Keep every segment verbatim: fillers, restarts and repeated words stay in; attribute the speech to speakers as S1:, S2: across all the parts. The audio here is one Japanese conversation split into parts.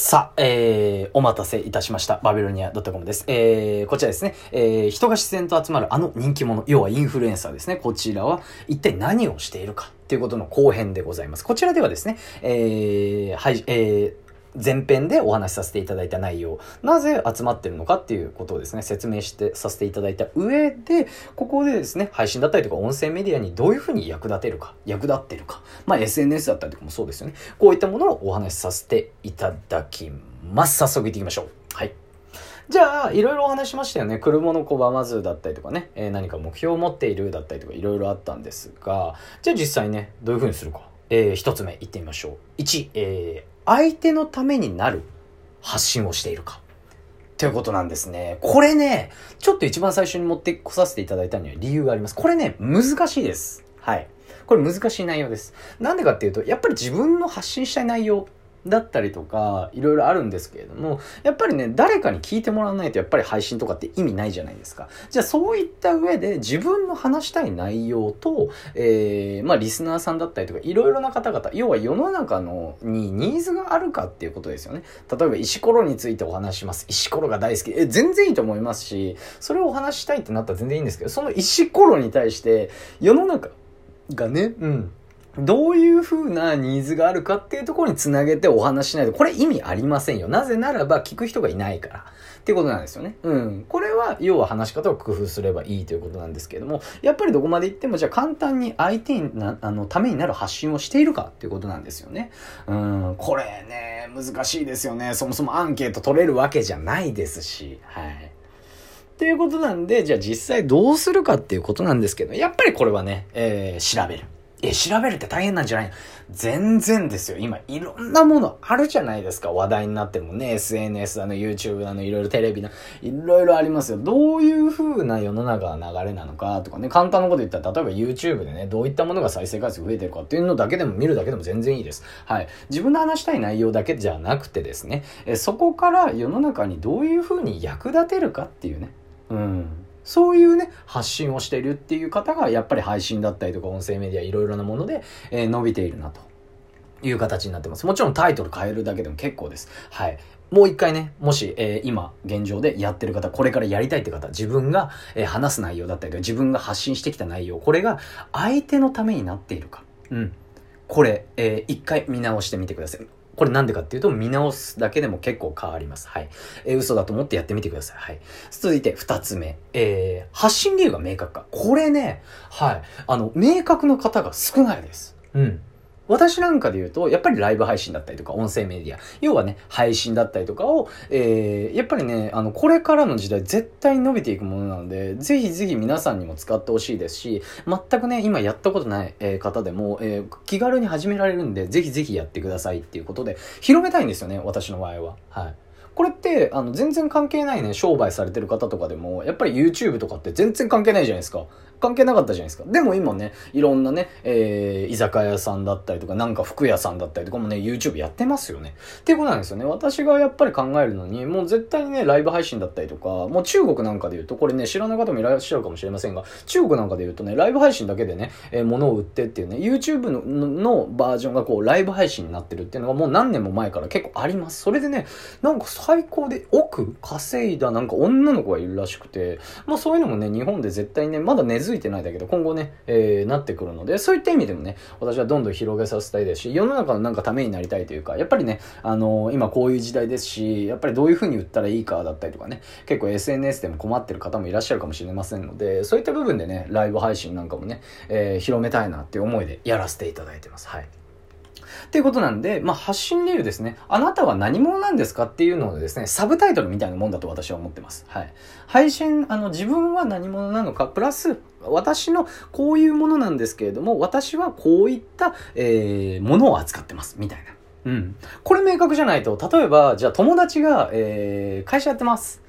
S1: さあ、えー、お待たせいたしました。バビロニア .com です。えー、こちらですね、えー、人が自然と集まるあの人気者、要はインフルエンサーですね。こちらは一体何をしているかということの後編でございます。こちらではですね、えー、はい、えー、前編でお話しさせていただいた内容、なぜ集まってるのかっていうことをですね、説明してさせていただいた上で、ここでですね、配信だったりとか音声メディアにどういうふうに役立てるか、役立ってるか、まあ エスエヌエス だったりとかもそうですよね。こういったものをお話しさせていただきます。早速行っていきましょう。はい。じゃあ、いろいろお話しましたよね。車の拒まずだったりとかね、えー、何か目標を持っているだったりとかいろいろあったんですが、じゃあ実際ね、どういうふうにするか。えー、一つ目行ってみましょう。いち、えー、相手のためになる発信をしているか。ということなんですね。これね、ちょっと一番最初に持ってこさせていただいたには理由があります。これね、難しいです。はい。これ難しい内容です。なんでかっていうと、やっぱり自分の発信したい内容だったりとかいろいろあるんですけれども、やっぱりね誰かに聞いてもらわないとやっぱり配信とかって意味ないじゃないですか。じゃあそういった上で自分の話したい内容と、えー、まあリスナーさんだったりとかいろいろな方々、要は世の中のにニーズがあるかっていうことですよね。例えば石ころについてお話します。石ころが大好き。え全然いいと思いますし、それをお話したいってなったら全然いいんですけど、その石ころに対して世の中がね、うんどういう風なニーズがあるかっていうところにつなげてお話ししないと、これ意味ありませんよ。なぜならば聞く人がいないから。っていうことなんですよね。うん。これは、要は話し方を工夫すればいいということなんですけれども、やっぱりどこまで行っても、じゃあ簡単に相手にな、あの、ためになる発信をしているかっていうことなんですよね。うん。これね、難しいですよね。そもそもアンケート取れるわけじゃないですし。はい。っていうことなんで、じゃあ実際どうするかっていうことなんですけど、やっぱりこれはね、えー、調べる。え、調べるって大変なんじゃないの？全然ですよ。今、いろんなものあるじゃないですか。話題になってもね、エスエヌエス だの、YouTube だの、いろいろテレビだの、いろいろありますよ。どういう風な世の中の流れなのかとかね、簡単なこと言ったら、例えば YouTube でね、どういったものが再生回数増えてるかっていうのだけでも見るだけでも全然いいです。はい。自分の話したい内容だけじゃなくてですね、えそこから世の中にどういう風に役立てるかっていうね。うん。そういうね、発信をしているっていう方が、やっぱり配信だったりとか音声メディアいろいろなもので、えー、伸びているなという形になってます。もちろんタイトル変えるだけでも結構です。はい。もう一回ね、もし、えー、今、現状でやってる方、これからやりたいって方、自分が、えー、話す内容だったりとか、自分が発信してきた内容、これが相手のためになっているか。うん。これ、えー、一回見直してみてください。これなんでかっていうと、見直すだけでも結構変わります。はい。えー、嘘だと思ってやってみてください。はい。続いて二つ目。えー、発信理由が明確か。これね、はい。あの、明確な方が少ないです。うん。私なんかで言うと、やっぱりライブ配信だったりとか、音声メディア、要はね、配信だったりとかを、えー、やっぱりね、あの、これからの時代絶対に伸びていくものなので、ぜひぜひ皆さんにも使ってほしいですし、全くね、今やったことない、えー、方でも、えー、気軽に始められるんで、ぜひぜひやってくださいっていうことで、広めたいんですよね、私の場合は。はい。これって、あの、全然関係ないね、商売されてる方とかでも、やっぱり YouTube とかって全然関係ないじゃないですか。関係なかったじゃないですか。でも今ね、いろんなね、えー、居酒屋さんだったりとか、なんか服屋さんだったりとかもね、YouTube やってますよね。っていうことなんですよね。私がやっぱり考えるのに、もう絶対にね、ライブ配信だったりとか、もう中国なんかで言うと、これね、知らない方もいらっしゃるかもしれませんが、中国なんかで言うとね、ライブ配信だけでね、えー、物を売ってっていうね、YouTube の、のバージョンがこう、ライブ配信になってるっていうのがもう何年も前から結構あります。それでね、なんか最高で億稼いだなんか女の子がいるらしくて、まあそういうのもね、日本で絶対ね、まだ根付いてないだけど、今後ね、えー、なってくるので、そういった意味でもね、私はどんどん広げさせたいですし、世の中のなんかためになりたいというか、やっぱりね、あのー、今こういう時代ですし、やっぱりどういう風に売ったらいいかだったりとかね、結構 エスエヌエス でも困ってる方もいらっしゃるかもしれませんので、そういった部分でね、ライブ配信なんかもね、えー、広めたいなっていう思いでやらせていただいてます。はい。っていうことなんで、まあ、発信理由ですね。あなたは何者なんですかっていうのをですね、サブタイトルみたいなもんだと私は思ってます。はい。配信、あの、自分は何者なのか、プラス、私のこういうものなんですけれども、私はこういった、えー、ものを扱ってます。みたいな。うん。これ明確じゃないと、例えば、じゃあ友達が、えー、会社やってます。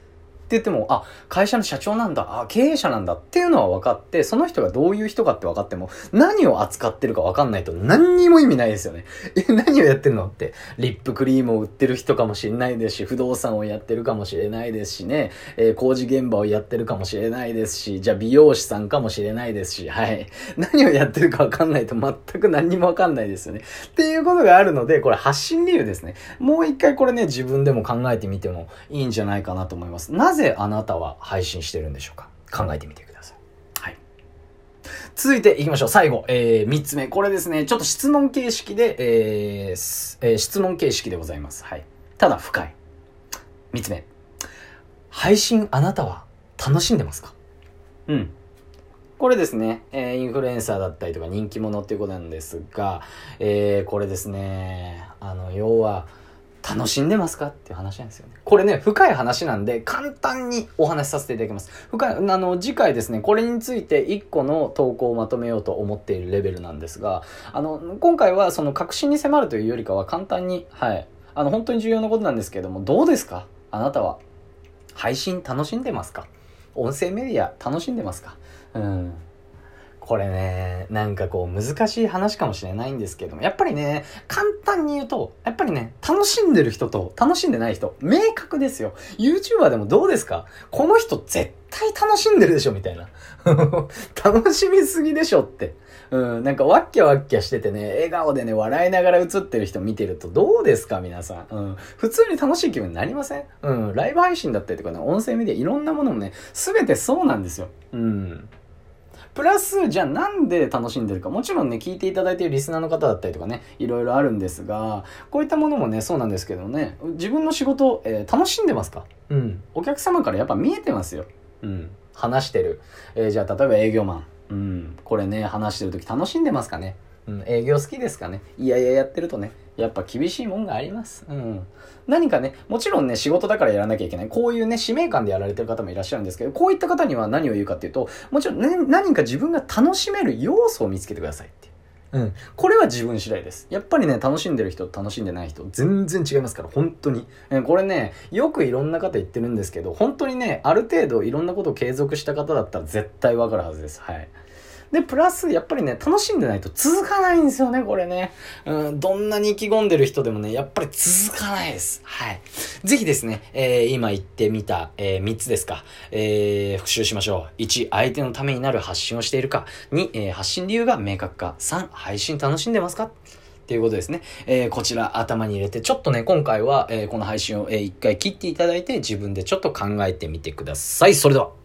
S1: 言っても、あ、会社の社長なんだ、あ、経営者なんだっていうのは分かって、その人がどういう人かって分かっても、何を扱ってるか分かんないと何にも意味ないですよね。え、何をやってんのって。リップクリームを売ってる人かもしれないですし、不動産をやってるかもしれないですしね、えー、工事現場をやってるかもしれないですし、じゃあ美容師さんかもしれないですし、はい。何をやってるか分かんないと全く何にも分かんないですよね。っていうことがあるので、これ発信理由ですね。もう一回これね、自分でも考えてみてもいいんじゃないかなと思います。なぜあなたは配信してるんでしょうか？考えてみてください。はい。続いていきましょう。最後、えー、三つ目。これですね、ちょっと質問形式で、えーえー、質問形式でございます。はい。ただ深い。三つ目。配信あなたは楽しんでますか？うん。これですね、えー、インフルエンサーだったりとか人気者っていうことなんですが、えー、これですね、あの、要は、楽しんでますかっていう話なんですよね。これね、深い話なんで、簡単にお話しさせていただきます。深い、あの、次回ですね、これについて一個の投稿をまとめようと思っているレベルなんですが、あの、今回はその確信に迫るというよりかは簡単に、はい、あの、本当に重要なことなんですけれども、どうですか？あなたは、配信楽しんでますか？音声メディア楽しんでますか？うん。これね、なんかこう難しい話かもしれないんですけども、やっぱりね、簡単に言うと、やっぱりね、楽しんでる人と楽しんでない人、明確ですよ。YouTuber でもどうですか？この人絶対楽しんでるでしょみたいな。楽しみすぎでしょって。うん、なんかワッキャワッキャしててね、笑顔でね、笑いながら映ってる人見てるとどうですか皆さん。うん、普通に楽しい気分になりません？うん、ライブ配信だったりとかね、音声メディアいろんなものもね、すべてそうなんですよ。うん。プラス、じゃあなんで楽しんでるか。もちろんね、聞いていただいているリスナーの方だったりとかね、いろいろあるんですが、こういったものもね、そうなんですけどね、自分の仕事、えー、楽しんでますか？うん。お客様からやっぱ見えてますよ。うん。話してる。えー、じゃあ例えば営業マン。うん。これね、話してるとき楽しんでますかね？うん。営業好きですかね？いやいややってるとね、やっぱ厳しいもんがあります。うん。何かね、もちろんね、仕事だからやらなきゃいけない。こういうね、使命感でやられてる方もいらっしゃるんですけど、こういった方には何を言うかっていうと、もちろん、ね、何か自分が楽しめる要素を見つけてくださいって。うん。これは自分次第です。やっぱりね、楽しんでる人と楽しんでない人、全然違いますから、本当に。これね、よくいろんな方言ってるんですけど、本当にね、ある程度いろんなことを継続した方だったら絶対わかるはずです。はい。で、プラス、やっぱりね、楽しんでないと続かないんですよね、これね。うん、どんなに意気込んでる人でもね、やっぱり続かないです。はい。ぜひですね、えー、今言ってみた、えー、みっつですか。えー、復習しましょう。いち、相手のためになる発信をしているか。に、えー、発信理由が明確か。さん、配信楽しんでますかっていうことですね。えー、こちら頭に入れて、ちょっとね、今回は、えー、この配信を、えー、一回切っていただいて、自分でちょっと考えてみてください。それでは。